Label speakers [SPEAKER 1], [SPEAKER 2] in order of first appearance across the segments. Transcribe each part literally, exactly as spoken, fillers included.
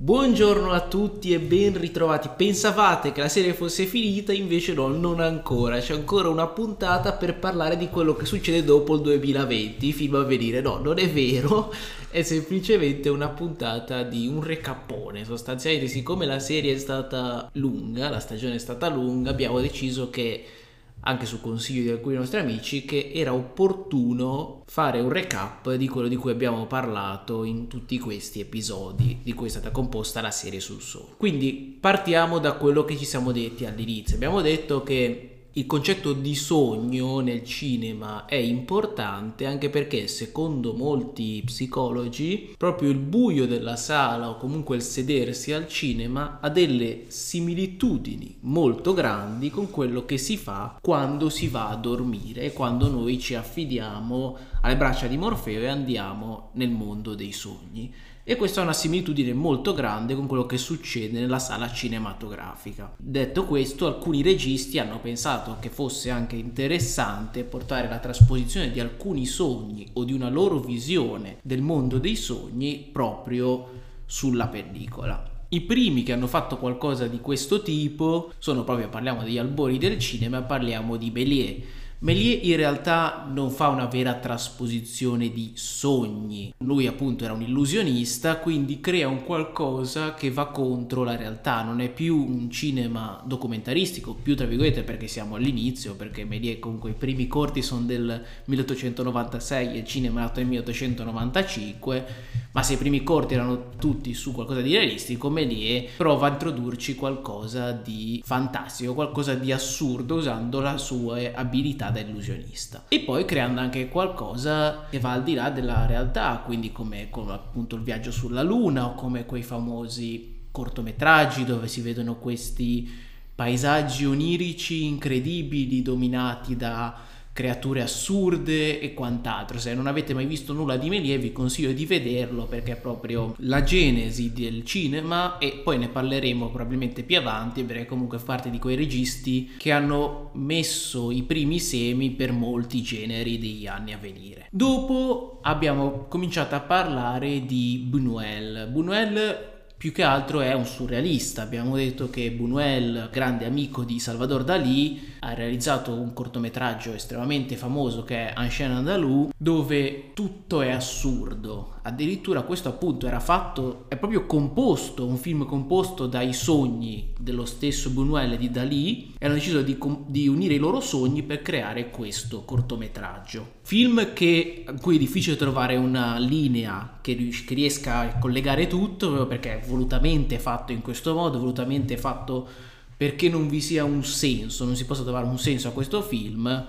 [SPEAKER 1] Buongiorno a tutti e ben ritrovati. Pensavate che la serie fosse finita, invece no, non ancora. C'è ancora una puntata per parlare di quello che succede dopo il duemilaventi, film a venire. No, non è vero, è semplicemente una puntata di un recappone. Sostanzialmente, siccome la serie è stata lunga, la stagione è stata lunga, abbiamo deciso che, anche su consiglio di alcuni nostri amici, che era opportuno fare un recap di quello di cui abbiamo parlato in tutti questi episodi di cui è stata composta la serie sul sogno. Quindi partiamo da quello che ci siamo detti all'inizio. Abbiamo detto che il concetto di sogno nel cinema è importante anche perché, secondo molti psicologi, proprio il buio della sala o comunque il sedersi al cinema ha delle similitudini molto grandi con quello che si fa quando si va a dormire e quando noi ci affidiamo alle braccia di Morfeo e andiamo nel mondo dei sogni. E questa è una similitudine molto grande con quello che succede nella sala cinematografica. Detto questo, alcuni registi hanno pensato che fosse anche interessante portare la trasposizione di alcuni sogni o di una loro visione del mondo dei sogni proprio sulla pellicola. I primi che hanno fatto qualcosa di questo tipo sono proprio, parliamo degli albori del cinema, parliamo di Méliès. Méliès in realtà non fa una vera trasposizione di sogni, lui appunto era un illusionista, quindi crea un qualcosa che va contro la realtà, non è più un cinema documentaristico, più tra virgolette perché siamo all'inizio, perché Méliès comunque i primi corti sono del milleottocentonovantasei e il cinema è nato nel milleottocentonovantacinque, ma se i primi corti erano tutti su qualcosa di realistico, Méliès prova a introdurci qualcosa di fantastico, qualcosa di assurdo usando le sue abilità da illusionista e poi creando anche qualcosa che va al di là della realtà, quindi come, come appunto il viaggio sulla luna o come quei famosi cortometraggi dove si vedono questi paesaggi onirici incredibili dominati da creature assurde e quant'altro. Se non avete mai visto nulla di Méliès vi consiglio di vederlo perché è proprio la genesi del cinema e poi ne parleremo probabilmente più avanti perché comunque fa parte di quei registi che hanno messo i primi semi per molti generi degli anni a venire. Dopo abbiamo cominciato a parlare di Buñuel. Buñuel più che altro è un surrealista. Abbiamo detto che Buñuel, grande amico di Salvador Dalí, ha realizzato un cortometraggio estremamente famoso che è Un chien andalou, dove tutto è assurdo. Addirittura questo appunto era fatto, è proprio composto, un film composto dai sogni dello stesso Buñuel e di Dalí, e hanno deciso di, di unire i loro sogni per creare questo cortometraggio. Film che, a cui è difficile trovare una linea che, che riesca a collegare tutto, proprio perché è volutamente fatto in questo modo, volutamente fatto perché non vi sia un senso, non si possa trovare un senso a questo film,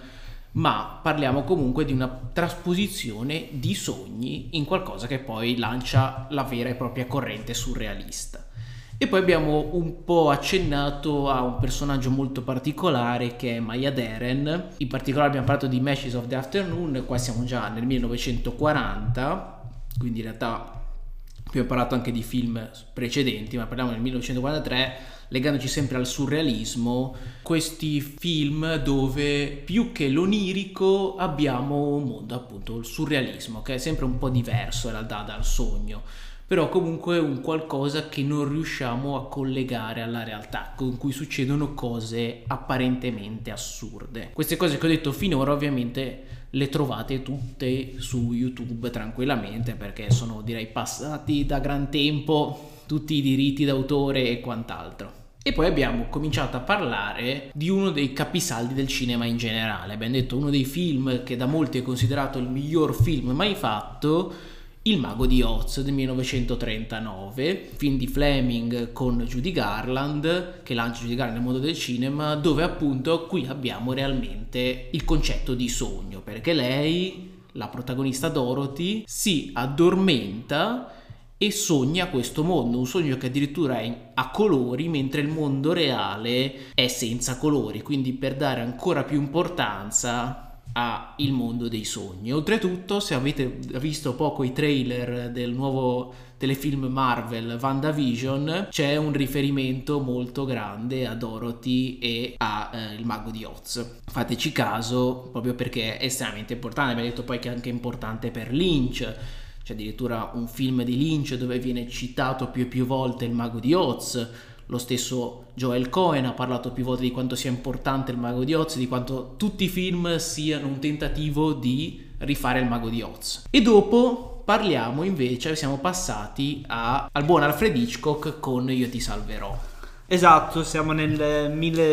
[SPEAKER 1] ma parliamo comunque di una trasposizione di sogni in qualcosa che poi lancia la vera e propria corrente surrealista. E poi abbiamo un po' accennato a un personaggio molto particolare che è Maya Deren. In particolare abbiamo parlato di Matches of the Afternoon, qua siamo già nel millenovecentoquaranta, quindi in realtà abbiamo parlato anche di film precedenti, ma parliamo del millenovecentoquarantatré, legandoci sempre al surrealismo, questi film dove più che l'onirico abbiamo un mondo, appunto il surrealismo, che è sempre un po' diverso in realtà dal sogno, però comunque un qualcosa che non riusciamo a collegare alla realtà, con cui succedono cose apparentemente assurde. Queste cose che ho detto finora ovviamente le trovate tutte su YouTube tranquillamente perché sono, direi, passati da gran tempo tutti i diritti d'autore e quant'altro. E poi abbiamo cominciato a parlare di uno dei capisaldi del cinema in generale. Abbiamo detto uno dei film che da molti è considerato il miglior film mai fatto, Il Mago di Oz del millenovecentotrentanove, film di Fleming con Judy Garland, che lancia Judy Garland nel mondo del cinema, dove appunto qui abbiamo realmente il concetto di sogno, perché lei, la protagonista Dorothy, si addormenta e sogna questo mondo, un sogno che addirittura è a colori mentre il mondo reale è senza colori, quindi per dare ancora più importanza a il mondo dei sogni. Oltretutto, se avete visto poco i trailer del nuovo telefilm Marvel WandaVision, c'è un riferimento molto grande a Dorothy e a eh, il Mago di Oz. Fateci caso, proprio perché è estremamente importante. Abbiamo detto poi che è anche importante per Lynch. c'è addirittura un film di Lynch dove viene citato più e più volte il Mago di Oz. Lo stesso Joel Cohen ha parlato più volte di quanto sia importante il Mago di Oz, di quanto tutti i film siano un tentativo di rifare il Mago di Oz. E dopo parliamo invece, siamo passati a, al buon Alfred Hitchcock con Io ti salverò.
[SPEAKER 2] Esatto, siamo nel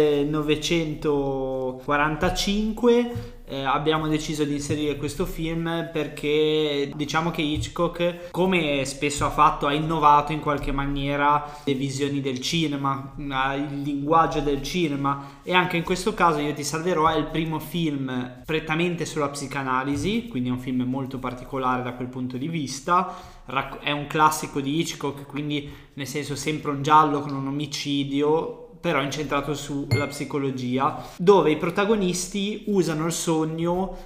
[SPEAKER 2] millenovecentoquarantacinque. Eh, abbiamo deciso di inserire questo film perché diciamo che Hitchcock, come spesso ha fatto, ha innovato in qualche maniera le visioni del cinema, il linguaggio del cinema, e anche in questo caso Io ti salverò è il primo film prettamente sulla psicanalisi, quindi è un film molto particolare da quel punto di vista. È un classico di Hitchcock, quindi nel senso sempre un giallo con un omicidio, però incentrato sulla psicologia, dove i protagonisti usano il sogno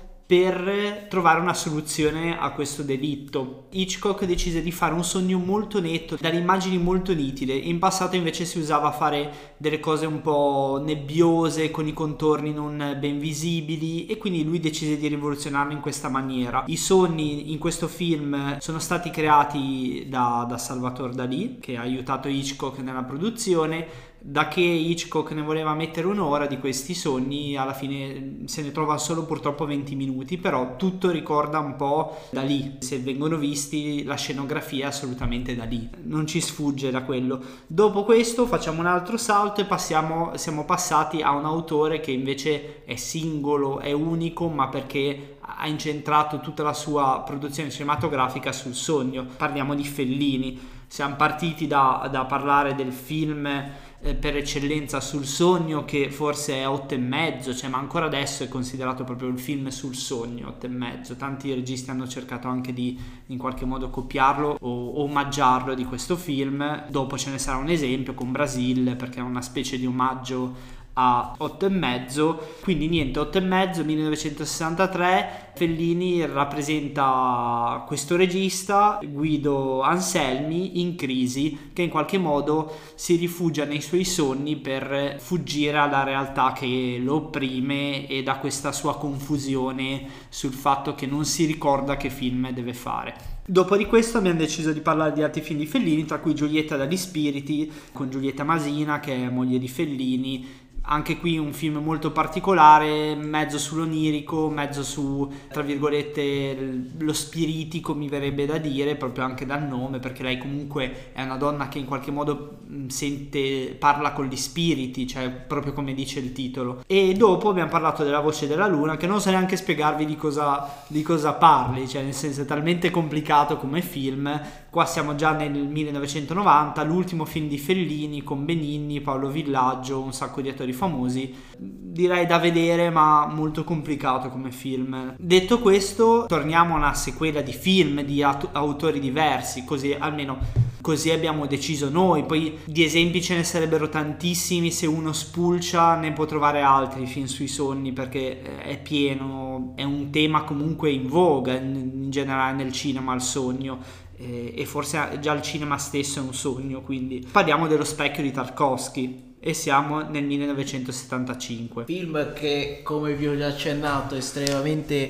[SPEAKER 2] per trovare una soluzione a questo delitto. Hitchcock decise di fare un sogno molto netto, dalle immagini molto nitide. In passato invece si usava a fare delle cose un po' nebbiose, con i contorni non ben visibili, e quindi lui decise di rivoluzionarlo in questa maniera. I sogni in questo film sono stati creati da, da Salvador Dalì, che ha aiutato Hitchcock nella produzione. Da che Hitchcock ne voleva mettere un'ora di questi sogni, alla fine se ne trova solo purtroppo venti minuti, però tutto ricorda un po' Dalì. Se vengono visti, la scenografia è assolutamente Dalì, non ci sfugge da quello. Dopo questo facciamo un altro salto e passiamo, siamo passati a un autore che invece è singolo, è unico, ma perché ha incentrato tutta la sua produzione cinematografica sul sogno. Parliamo di Fellini. Siamo partiti da, da parlare del film eh, per eccellenza sul sogno, che forse è Otto e mezzo, cioè, ma ancora adesso è considerato proprio il film sul sogno, Otto e mezzo. Tanti registi hanno cercato anche di in qualche modo copiarlo o, o omaggiarlo di questo film. Dopo ce ne sarà un esempio con Brasile, perché è una specie di omaggio a Otto e mezzo. Quindi niente, Otto e mezzo, millenovecentosessantatré. Fellini rappresenta questo regista, Guido Anselmi, in crisi, che in qualche modo si rifugia nei suoi sogni per fuggire alla realtà che lo opprime, e da questa sua confusione sul fatto che non si ricorda che film deve fare. Dopo di questo abbiamo deciso di parlare di altri film di Fellini, tra cui Giulietta dagli spiriti, con Giulietta Masina, che è moglie di Fellini. Anche qui un film molto particolare, mezzo sull'onirico, mezzo su, tra virgolette, lo spiritico, mi verrebbe da dire, proprio anche dal nome, perché lei comunque è una donna che in qualche modo sente, parla con gli spiriti, cioè proprio come dice il titolo. E dopo abbiamo parlato della Voce della Luna, che non so neanche spiegarvi di cosa, di cosa parli, cioè nel senso è talmente complicato come film. Qua siamo già nel millenovecentonovanta, l'ultimo film di Fellini con Benigni, Paolo Villaggio, un sacco di attori famosi. Direi da vedere, ma molto complicato come film. Detto questo, torniamo a una sequela di film di aut- autori diversi, così almeno così abbiamo deciso noi. Poi di esempi ce ne sarebbero tantissimi, se uno spulcia ne può trovare altri film sui sogni, perché è pieno, è un tema comunque in voga in generale nel cinema, il sogno. E forse già il cinema stesso è un sogno. Quindi parliamo dello Specchio di Tarkovsky e siamo nel millenovecentosettantacinque.
[SPEAKER 1] Film che, come vi ho già accennato, è estremamente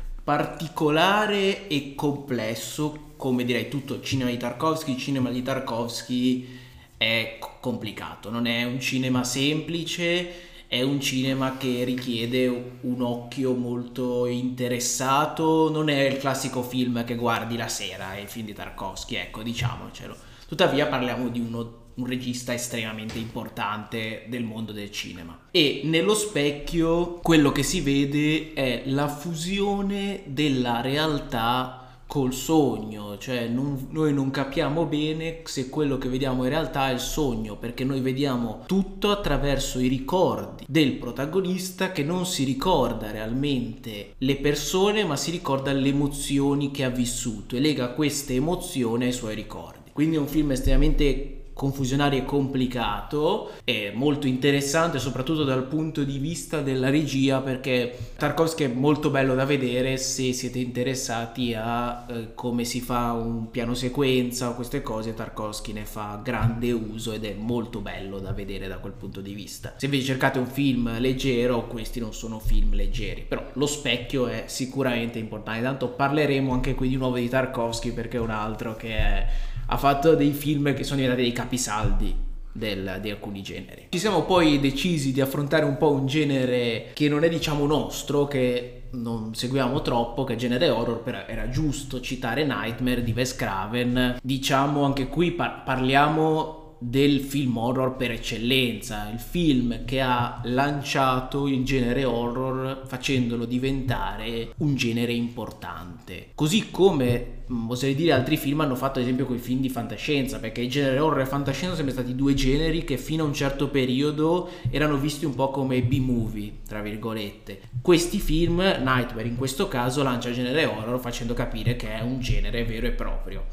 [SPEAKER 1] particolare e complesso, come direi tutto il cinema di Tarkovsky. Il cinema di Tarkovsky è complicato, non è un cinema semplice, è un cinema che richiede un occhio molto interessato, non è il classico film che guardi la sera, è il film di Tarkovsky, ecco, diciamocelo. Tuttavia parliamo di uno, un regista estremamente importante del mondo del cinema. E nello Specchio quello che si vede è la fusione della realtà col sogno, cioè non, noi non capiamo bene se quello che vediamo in realtà è il sogno, perché noi vediamo tutto attraverso i ricordi del protagonista, che non si ricorda realmente le persone, ma si ricorda le emozioni che ha vissuto e lega queste emozioni ai suoi ricordi. Quindi è un film estremamente confusionario e complicato, è molto interessante soprattutto dal punto di vista della regia, perché Tarkovsky è molto bello da vedere se siete interessati a eh, come si fa un piano sequenza o queste cose. Tarkovsky ne fa grande uso ed è molto bello da vedere da quel punto di vista. Se invece cercate un film leggero, questi non sono film leggeri, però Lo Specchio è sicuramente importante. Tanto parleremo anche qui di nuovo di Tarkovsky, perché è un altro che è, ha fatto dei film che sono diventati dei capisaldi del, di alcuni generi. Ci siamo poi decisi di affrontare un po' un genere che non è diciamo nostro, che non seguiamo troppo, che è il genere horror, però era giusto citare Nightmare di Wes Craven. Diciamo anche qui par- parliamo del film horror per eccellenza, il film che ha lanciato il genere horror facendolo diventare un genere importante, così come oserei dire altri film hanno fatto ad esempio con i film di fantascienza, perché il genere horror e fantascienza sono sempre stati due generi che fino a un certo periodo erano visti un po' come B-movie tra virgolette. Questi film, Nightmare in questo caso, lancia il genere horror facendo capire che è un genere vero e proprio.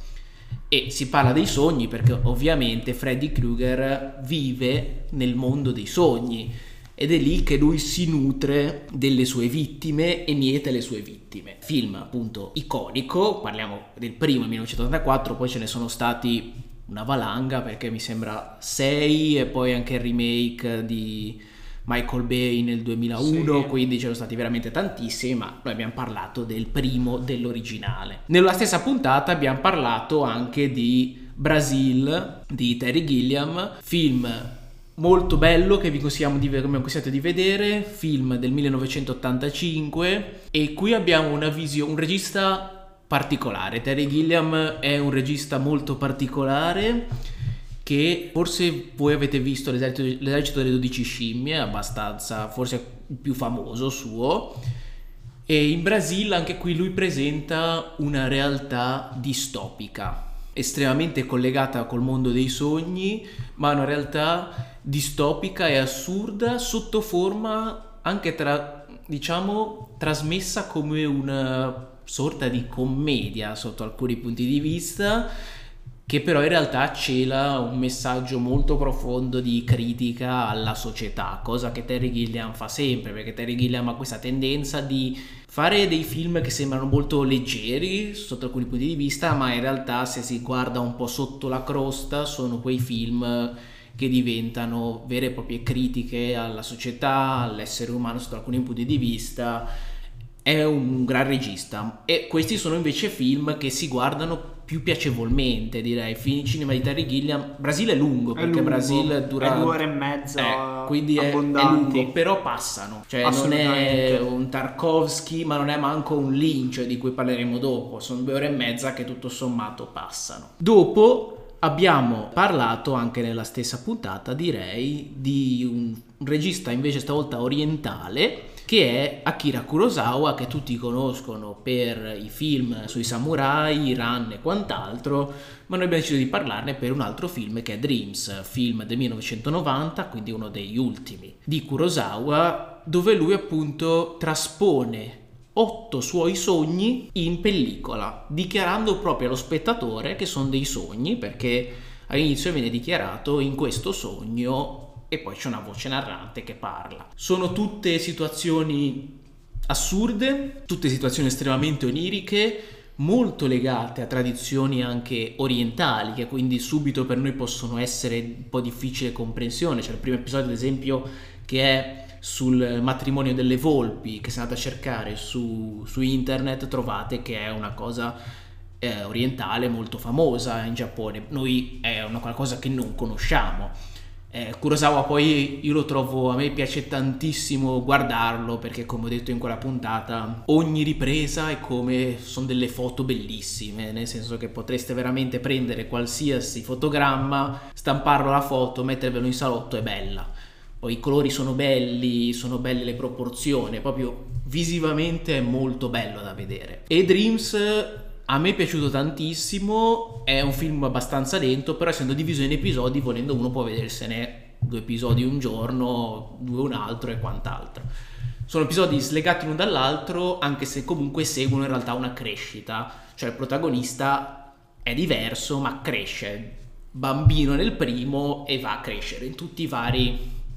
[SPEAKER 1] E si parla dei sogni perché ovviamente Freddy Krueger vive nel mondo dei sogni ed è lì che lui si nutre delle sue vittime e miete le sue vittime. Film appunto iconico, parliamo del primo millenovecentottantaquattro, poi ce ne sono stati una valanga perché mi sembra sei, e poi anche il remake di Michael Bay nel duemilauno, sì. Quindi c'erano stati veramente tantissimi, ma noi abbiamo parlato del primo, dell'originale. Nella stessa puntata abbiamo parlato anche di Brazil di Terry Gilliam, film molto bello che vi consigliamo di, abbiamo consigliato di vedere, film del millenovecentottantacinque, e qui abbiamo una visione, un regista particolare. Terry Gilliam è un regista molto particolare, che forse voi avete visto l'esercito, l'esercito delle dodici scimmie, abbastanza, forse il più famoso suo, e in Brasile anche qui lui presenta una realtà distopica, estremamente collegata col mondo dei sogni, ma una realtà distopica e assurda sotto forma anche tra, diciamo, trasmessa come una sorta di commedia sotto alcuni punti di vista, che però in realtà cela un messaggio molto profondo di critica alla società, cosa che Terry Gilliam fa sempre, perché Terry Gilliam ha questa tendenza di fare dei film che sembrano molto leggeri sotto alcuni punti di vista, ma in realtà se si guarda un po' sotto la crosta sono quei film che diventano vere e proprie critiche alla società, all'essere umano sotto alcuni punti di vista. È un gran regista, e questi sono invece film che si guardano più piacevolmente, direi. Film cinema di Terry Gilliam. Brasile è lungo, perché lungo. Brasile dura
[SPEAKER 2] è due ore e mezza,
[SPEAKER 1] eh, quindi è, è lungo, però passano, cioè non è un Tarkovsky, ma non è manco un Lynch di cui parleremo dopo. Sono due ore e mezza che tutto sommato passano. Dopo abbiamo parlato anche nella stessa puntata, direi, di un, un regista invece stavolta orientale, che è Akira Kurosawa, che tutti conoscono per i film sui samurai, Iran e quant'altro, ma noi abbiamo deciso di parlarne per un altro film che è Dreams, film del millenovecentonovanta, quindi uno degli ultimi di Kurosawa, dove lui appunto traspone otto suoi sogni in pellicola, dichiarando proprio allo spettatore che sono dei sogni, perché all'inizio viene dichiarato in questo sogno e poi c'è una voce narrante che parla. Sono tutte situazioni assurde, tutte situazioni estremamente oniriche, molto legate a tradizioni anche orientali, che quindi subito per noi possono essere un po' difficile comprensione. C'è il primo episodio ad esempio che è sul matrimonio delle volpi, che se andate a cercare su, su internet trovate che è una cosa eh, orientale molto famosa in Giappone. Noi è una qualcosa che non conosciamo. Eh, Kurosawa poi io lo trovo, a me piace tantissimo guardarlo, perché come ho detto in quella puntata ogni ripresa è come sono delle foto bellissime, nel senso che potreste veramente prendere qualsiasi fotogramma, stamparlo la foto, mettervelo in salotto, è bella. Poi i colori sono belli, sono belle le proporzioni, proprio visivamente è molto bello da vedere. E Dreams a me è piaciuto tantissimo, è un film abbastanza lento, però essendo diviso in episodi, volendo uno può vedersene due episodi un giorno, due un altro e quant'altro. Sono episodi slegati l'uno dall'altro, anche se comunque seguono in realtà una crescita, cioè il protagonista è diverso ma cresce. bambino nel primo e va a crescere in tutti i vari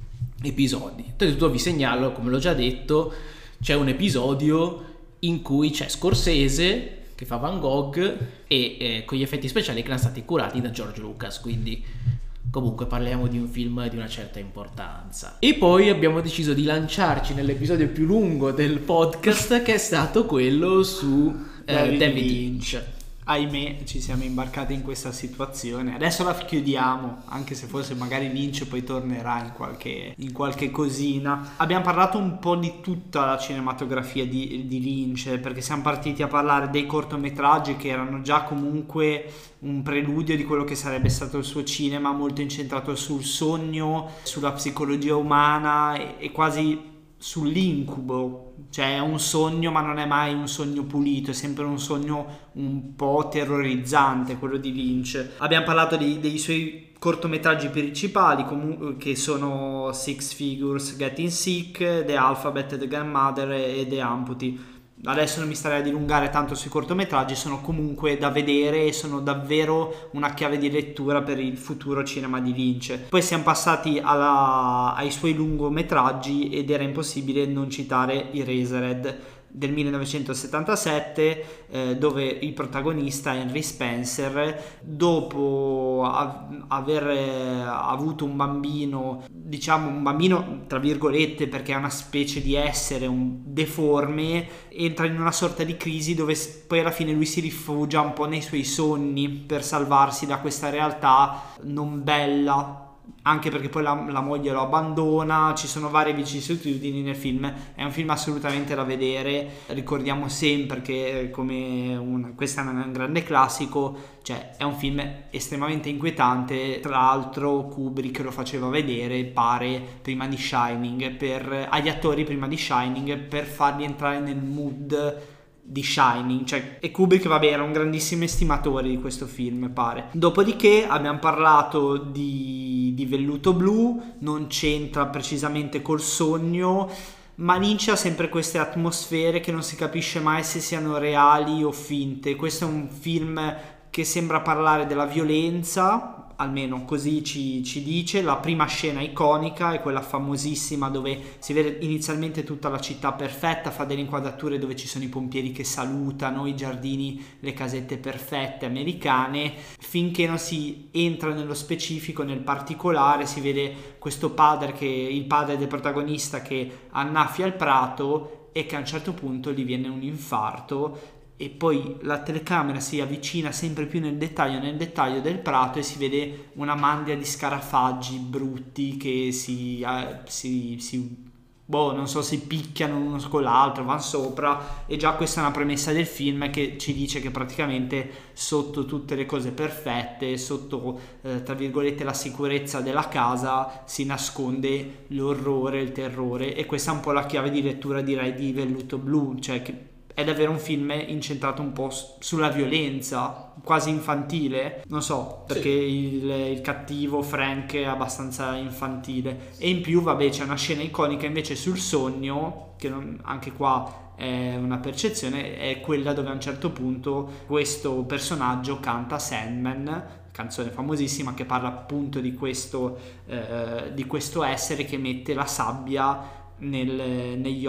[SPEAKER 1] episodi. Tutto vi segnalo, come l'ho già detto, c'è un episodio in cui c'è Scorsese che fa Van Gogh e eh, con gli effetti speciali che erano stati curati da George Lucas, quindi comunque parliamo di un film di una certa importanza. E poi abbiamo deciso di lanciarci nell'episodio più lungo del podcast, che è stato quello su eh,
[SPEAKER 2] David,
[SPEAKER 1] David
[SPEAKER 2] Lynch.
[SPEAKER 1] Lynch.
[SPEAKER 2] Ahimè, ci siamo imbarcati in questa situazione. Adesso la chiudiamo, anche se forse magari Lynch poi tornerà in qualche, in qualche cosina. Abbiamo parlato un po' di tutta la cinematografia di, di Lynch, perché siamo partiti a parlare dei cortometraggi che erano già comunque un preludio di quello che sarebbe stato il suo cinema, molto incentrato sul sogno, sulla psicologia umana e, e quasi sull'incubo. Cioè è un sogno, ma non è mai un sogno pulito, è sempre un sogno un po' terrorizzante, quello di Lynch. Abbiamo parlato di, dei suoi cortometraggi principali, comu- che sono Six Figures, Getting Sick, The Alphabet, The Grandmother e The Amputee. Adesso non mi starei a dilungare tanto sui cortometraggi, sono comunque da vedere e sono davvero una chiave di lettura per il futuro cinema di Lynch. Poi siamo passati alla, ai suoi lungometraggi ed era impossibile non citare Eraserhead del millenovecentosettantasette, eh, dove il protagonista Henry Spencer, dopo av- aver eh, avuto un bambino, diciamo un bambino tra virgolette perché è una specie di essere un deforme, entra in una sorta di crisi dove poi alla fine lui si rifugia un po' nei suoi sogni per salvarsi da questa realtà non bella, anche perché poi la, la moglie lo abbandona. Ci sono varie vicissitudini nel film. È un film assolutamente da vedere. Ricordiamo sempre che come un, questo è un grande classico, cioè è un film estremamente inquietante. Tra l'altro Kubrick lo faceva vedere, pare, prima di Shining, per, agli attori prima di Shining, per farli entrare nel mood di Shining, cioè, e Kubrick vabbè era un grandissimo estimatore di questo film, pare. Dopodiché abbiamo parlato di, di Velluto Blu, non c'entra precisamente col sogno, ma Lynch ha sempre queste atmosfere che non si capisce mai se siano reali o finte. Questo è un film che sembra parlare della violenza, almeno così ci, ci dice. La prima scena iconica è quella famosissima dove si vede inizialmente tutta la città perfetta, fa delle inquadrature dove ci sono i pompieri che salutano, i giardini, le casette perfette americane, finché non si entra nello specifico, nel particolare. Si vede questo padre, che il padre del protagonista, che annaffia il prato e che a un certo punto gli viene un infarto, e poi la telecamera si avvicina sempre più nel dettaglio nel dettaglio del prato e si vede una mandia di scarafaggi brutti che si, eh, si, si boh, non so, si picchiano l'uno con l'altro, vanno sopra, e già questa è una premessa del film che ci dice che praticamente sotto tutte le cose perfette, sotto eh, tra virgolette la sicurezza della casa, si nasconde l'orrore, il terrore. E questa è un po' la chiave di lettura, direi, di Velluto Blu, cioè che è davvero un film incentrato un po' sulla violenza, quasi infantile, non so, perché sì. il, il cattivo Frank è abbastanza infantile. E in più, vabbè, c'è una scena iconica invece sul sogno, che non, anche qua è una percezione, è quella dove a un certo punto questo personaggio canta Sandman, canzone famosissima che parla appunto di questo, eh, di questo essere che mette la sabbia Nel, negli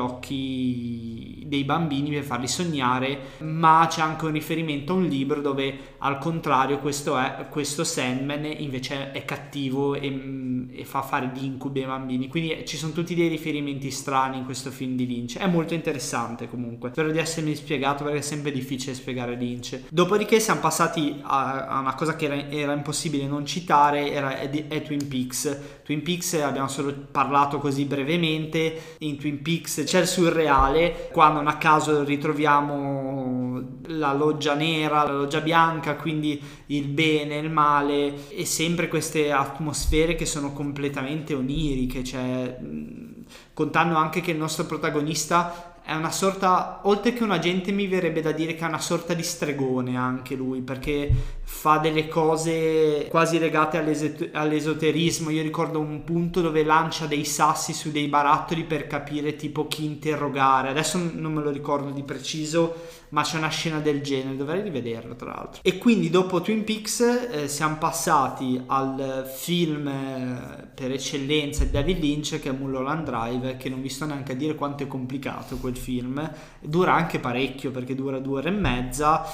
[SPEAKER 2] occhi dei bambini per farli sognare. Ma c'è anche un riferimento a un libro dove al contrario questo, è, questo Sandman invece è cattivo e, e fa fare gli incubi ai bambini. Quindi ci sono tutti dei riferimenti strani in questo film di Lynch. È molto interessante comunque. Spero di essermi spiegato, perché è sempre difficile spiegare Lynch. Dopodiché siamo passati a, a una cosa che era, era impossibile non citare, era, è, è Twin Peaks. Twin Peaks abbiamo solo parlato così brevemente. In Twin Peaks c'è il surreale, qua non a caso ritroviamo la loggia nera, la loggia bianca, quindi il bene, il male, e sempre queste atmosfere che sono completamente oniriche, cioè contando anche che il nostro protagonista è una sorta, oltre che un agente mi verrebbe da dire che è una sorta di stregone anche lui, perché fa delle cose quasi legate all'es- all'esoterismo. Io ricordo un punto dove lancia dei sassi su dei barattoli per capire tipo chi interrogare, adesso non me lo ricordo di preciso, ma c'è una scena del genere, dovrei rivederlo tra l'altro. E quindi dopo Twin Peaks eh, siamo passati al film eh, per eccellenza di David Lynch, che è Mulholland Drive, che non vi sto neanche a dire quanto è complicato quel film, dura anche parecchio perché dura due ore e mezza,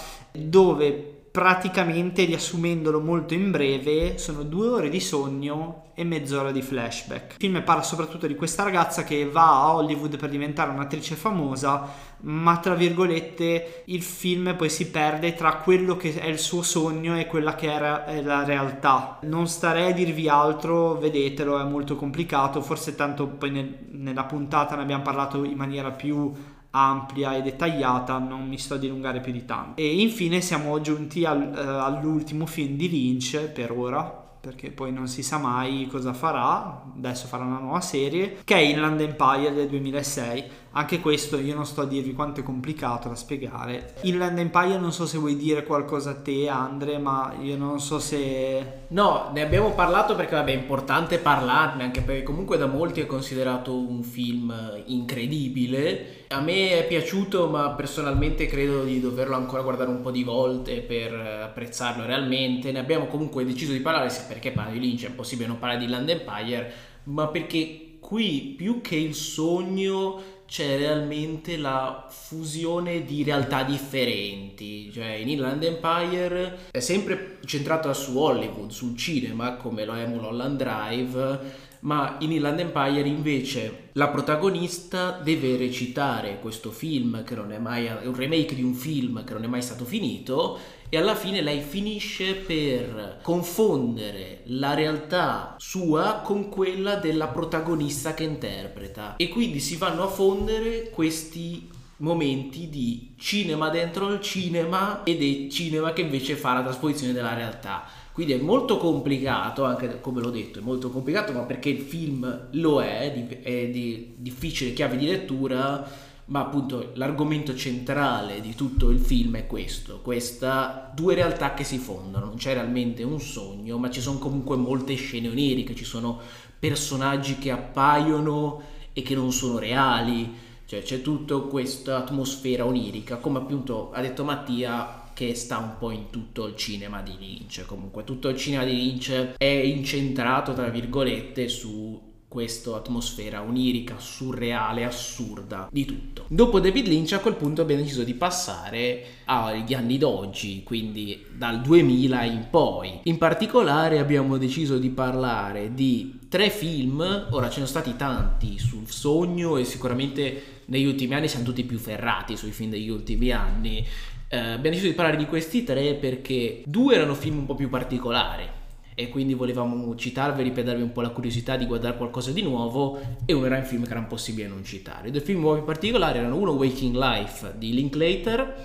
[SPEAKER 2] dove praticamente, riassumendolo molto in breve, sono due ore di sogno e mezz'ora di flashback. Il film parla soprattutto di questa ragazza che va a Hollywood per diventare un'attrice famosa, ma tra virgolette il film poi si perde tra quello che è il suo sogno e quella che era è la realtà. Non starei a dirvi altro, vedetelo, è molto complicato, forse tanto poi nel, nella puntata ne abbiamo parlato in maniera più ampia e dettagliata, non mi sto a dilungare più di tanto. E infine siamo giunti al, uh, all'ultimo film di Lynch per ora, perché poi non si sa mai cosa farà. Adesso farà una nuova serie che è Inland Empire del duemilasei. Anche questo io non sto a dirvi quanto è complicato da spiegare. Inland Empire non so se vuoi dire qualcosa a te, Andre, ma io non so se...
[SPEAKER 1] No, ne abbiamo parlato perché vabbè è importante parlarne, anche perché comunque da molti è considerato un film incredibile. A me è piaciuto, ma personalmente credo di doverlo ancora guardare un po' di volte per apprezzarlo realmente. Ne abbiamo comunque deciso di parlare perché parla di Lynch, è impossibile non parlare di Inland Empire, ma perché qui più che il sogno c'è realmente la fusione di realtà differenti. Cioè in Inland Empire è sempre centrato su Hollywood, sul cinema, come lo è Mulholland Drive, ma in Inland Empire invece la protagonista deve recitare questo film che non è mai, è un remake di un film che non è mai stato finito, e alla fine lei finisce per confondere la realtà sua con quella della protagonista che interpreta, e quindi si vanno a fondere questi momenti di cinema dentro il cinema e del cinema che invece fa la trasposizione della realtà. Quindi è molto complicato, anche come l'ho detto, è molto complicato, ma perché il film lo è, è di difficile chiave di lettura, ma appunto l'argomento centrale di tutto il film è questo, questa due realtà che si fondono. Non c'è realmente un sogno, ma ci sono comunque molte scene oniriche, ci sono personaggi che appaiono e che non sono reali, cioè c'è tutta questa atmosfera onirica, come appunto ha detto Mattia, che sta un po' in tutto il cinema di Lynch. Comunque tutto il cinema di Lynch è incentrato tra virgolette su questa atmosfera onirica, surreale, assurda di tutto. Dopo David Lynch a quel punto abbiamo deciso di passare agli anni d'oggi, quindi dal duemila in poi. In particolare abbiamo deciso di parlare di tre film. Ora ce ne sono stati tanti sul sogno e sicuramente negli ultimi anni siamo tutti più ferrati sui film degli ultimi anni. Eh, abbiamo deciso di parlare di questi tre perché due erano film un po' più particolari e quindi volevamo citarveli per darvi un po' la curiosità di guardare qualcosa di nuovo, e uno era un film che era impossibile non citare. I due film un po' più particolari erano uno Waking Life di Linklater,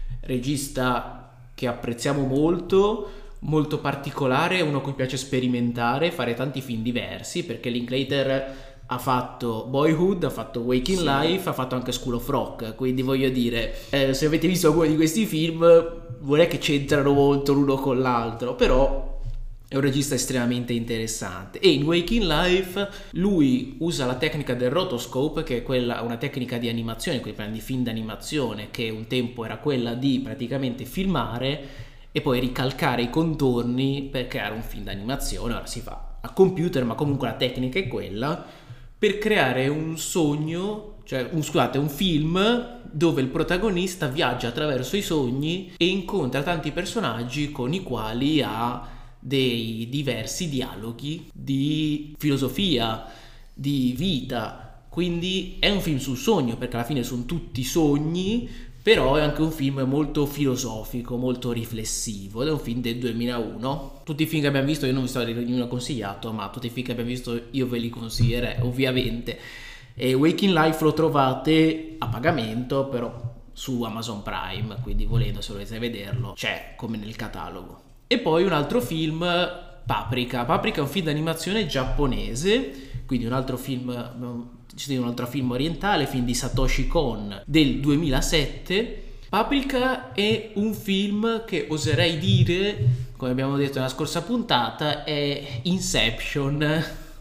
[SPEAKER 1] regista che apprezziamo molto, molto particolare, uno a cui piace sperimentare, fare tanti film diversi, perché Linklater ha fatto Boyhood, ha fatto Waking sì. Life, ha fatto anche School of Rock, quindi voglio dire, eh, se avete visto alcuni di questi film non è che c'entrano molto l'uno con l'altro, però è un regista estremamente interessante. E in Waking Life lui usa la tecnica del rotoscope, che è quella, una tecnica di animazione, quei di film d'animazione, che un tempo era quella di praticamente filmare e poi ricalcare i contorni per creare un film d'animazione. Ora si fa a computer, ma comunque la tecnica è quella, per creare un sogno, cioè un, scusate, un film dove il protagonista viaggia attraverso i sogni e incontra tanti personaggi con i quali ha dei diversi dialoghi di filosofia, di vita. Quindi è un film sul sogno, perché alla fine sono tutti sogni, però è anche un film molto filosofico, molto riflessivo, ed è un film del duemilauno. Tutti i film che abbiamo visto, io non vi sto ognuno consigliato, ma tutti i film che abbiamo visto io ve li consiglierei ovviamente. E Waking Life lo trovate a pagamento però su Amazon Prime, quindi volendo, se volete vederlo, c'è come nel catalogo. E poi un altro film, Paprika. Paprika è un film d'animazione giapponese, quindi un altro film c'è un altro film orientale, film di Satoshi Kon del duemilasette. Paprika è un film che oserei dire, come abbiamo detto nella scorsa puntata, è Inception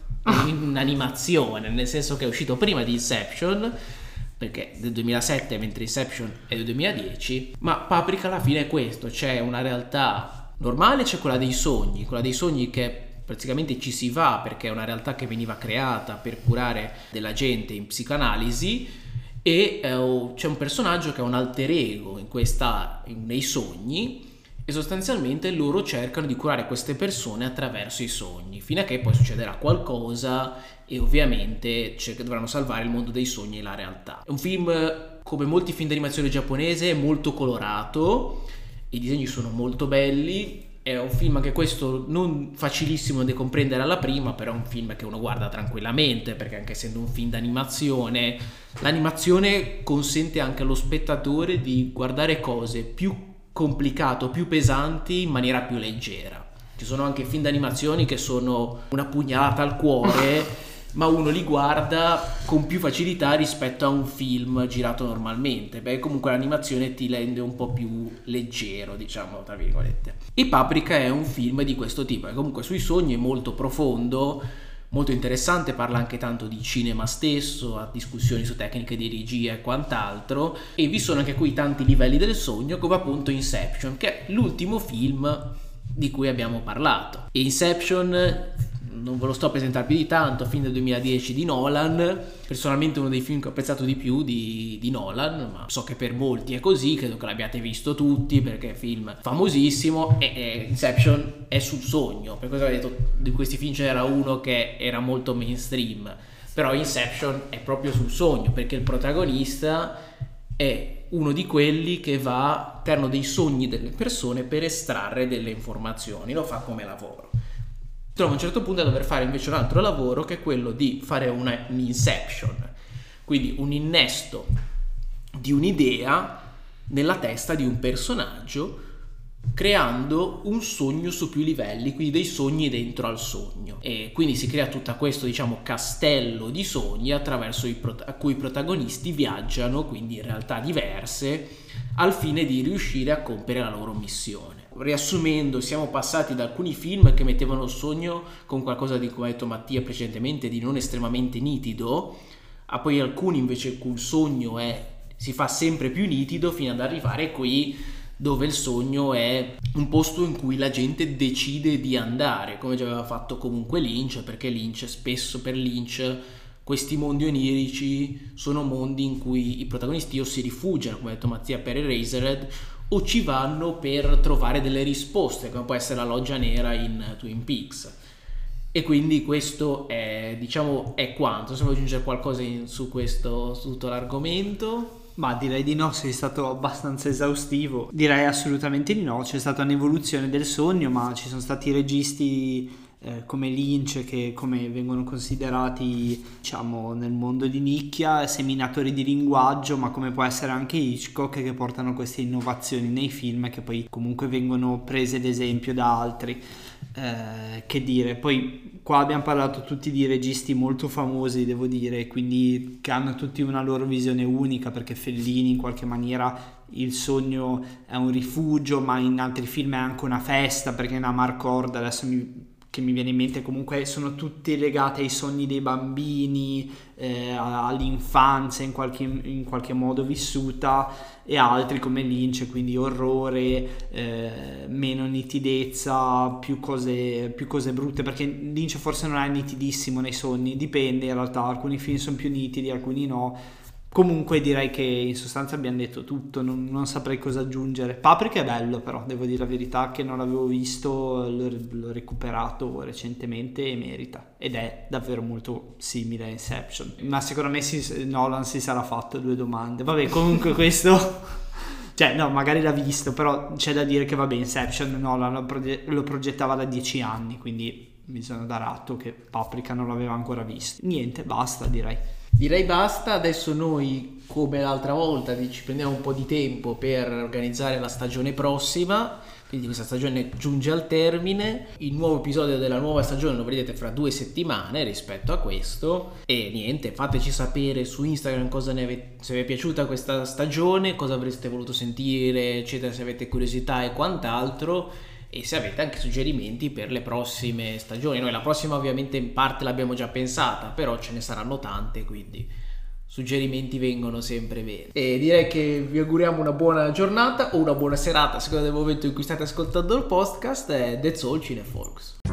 [SPEAKER 1] in animazione, nel senso che è uscito prima di Inception, perché del duemilasette, mentre Inception è del duemiladieci. Ma Paprika alla fine è questo: c'è una realtà normale, c'è quella dei sogni, quella dei sogni che praticamente ci si va perché è una realtà che veniva creata per curare della gente in psicanalisi, e eh, c'è un personaggio che ha un alter ego in questa, in, nei sogni, e sostanzialmente loro cercano di curare queste persone attraverso i sogni, fino a che poi succederà qualcosa e ovviamente cer- dovranno salvare il mondo dei sogni e la realtà. È un film, come molti film di animazione giapponese, molto colorato, i disegni sono molto belli. È un film anche questo non facilissimo da comprendere alla prima, però è un film che uno guarda tranquillamente, perché anche essendo un film d'animazione, l'animazione consente anche allo spettatore di guardare cose più complicate, più pesanti in maniera più leggera. Ci sono anche film d'animazioni che sono una pugnalata al cuore, ma uno li guarda con più facilità rispetto a un film girato normalmente. Beh, comunque l'animazione ti rende un po' più leggero, diciamo, tra virgolette. E Paprika è un film di questo tipo, è comunque sui sogni, è molto profondo, molto interessante, parla anche tanto di cinema stesso, ha discussioni su tecniche di regia e quant'altro, e vi sono anche qui tanti livelli del sogno, come appunto Inception, che è l'ultimo film di cui abbiamo parlato. E Inception non ve lo sto a presentare più di tanto, film del duemiladieci di Nolan, personalmente uno dei film che ho apprezzato di più di, di Nolan, ma so che per molti è così, credo che l'abbiate visto tutti perché è un film famosissimo, e, e Inception è sul sogno, per questo ho detto di questi film c'era uno che era molto mainstream, però Inception è proprio sul sogno, perché il protagonista è uno di quelli che va all'interno dei sogni delle persone per estrarre delle informazioni, lo fa come lavoro. Trova a un certo punto a dover fare invece un altro lavoro, che è quello di fare una, un inception, quindi un innesto di un'idea nella testa di un personaggio, creando un sogno su più livelli, quindi dei sogni dentro al sogno, e quindi si crea tutto questo, diciamo, castello di sogni attraverso i prot- a cui i protagonisti viaggiano, quindi in realtà diverse, al fine di riuscire a compiere la loro missione. Riassumendo, siamo passati da alcuni film che mettevano il sogno con qualcosa di, come ha detto Mattia precedentemente, di non estremamente nitido, a poi alcuni invece in cui il sogno è, si fa sempre più nitido, fino ad arrivare qui dove il sogno è un posto in cui la gente decide di andare, come già aveva fatto comunque Lynch, perché Lynch, spesso per Lynch questi mondi onirici sono mondi in cui i protagonisti o si rifugiano, come ha detto Mattia, per Eraserhead, o ci vanno per trovare delle risposte, come può essere la loggia nera in Twin Peaks. E quindi questo è, diciamo, è quanto. Se vuoi aggiungere qualcosa in, su questo, su tutto l'argomento?
[SPEAKER 2] Ma direi di no, sei stato abbastanza esaustivo. Direi assolutamente di no, c'è stata un'evoluzione del sogno, ma ci sono stati registi eh, come Lynch, che come vengono considerati, diciamo, nel mondo di nicchia, seminatori di linguaggio, ma come può essere anche Hitchcock, che portano queste innovazioni nei film che poi comunque vengono prese d'esempio da altri. Eh, che dire, poi qua abbiamo parlato tutti di registi molto famosi, devo dire, quindi che hanno tutti una loro visione unica, perché Fellini in qualche maniera il sogno è un rifugio, ma in altri film è anche una festa, perché in Amarcord, adesso mi, che mi viene in mente, comunque sono tutti legati ai sogni dei bambini, eh, all'infanzia in qualche, in qualche modo vissuta, e altri come Lynch, quindi orrore, eh, meno nitidezza, più cose, più cose brutte, perché Lynch forse non è nitidissimo nei sogni, dipende in realtà, alcuni film sono più nitidi, alcuni no. Comunque direi che in sostanza abbiamo detto tutto, non, non saprei cosa aggiungere. Paprika è bello, però devo dire la verità che non l'avevo visto, l'ho, l'ho recuperato recentemente e merita, ed è davvero molto simile a Inception, ma secondo me si, Nolan si sarà fatto due domande. Vabbè, comunque questo cioè no, magari l'ha visto, però c'è da dire che vabbè, Inception Nolan lo, proge- lo progettava da dieci anni, quindi bisogna dare atto che Paprika non l'aveva ancora visto. Niente, basta, direi.
[SPEAKER 1] Direi basta, adesso noi come l'altra volta ci prendiamo un po' di tempo per organizzare la stagione prossima, quindi questa stagione giunge al termine, il nuovo episodio della nuova stagione lo vedete fra due settimane rispetto a questo e niente, fateci sapere su Instagram cosa ne avete, se vi è piaciuta questa stagione, cosa avreste voluto sentire eccetera, se avete curiosità e quant'altro e se avete anche suggerimenti per le prossime stagioni. Noi la prossima ovviamente in parte l'abbiamo già pensata, però ce ne saranno tante, quindi suggerimenti vengono sempre bene. E direi che vi auguriamo una buona giornata o una buona serata a seconda del momento in cui state ascoltando il podcast. E that's all, Cinefolks.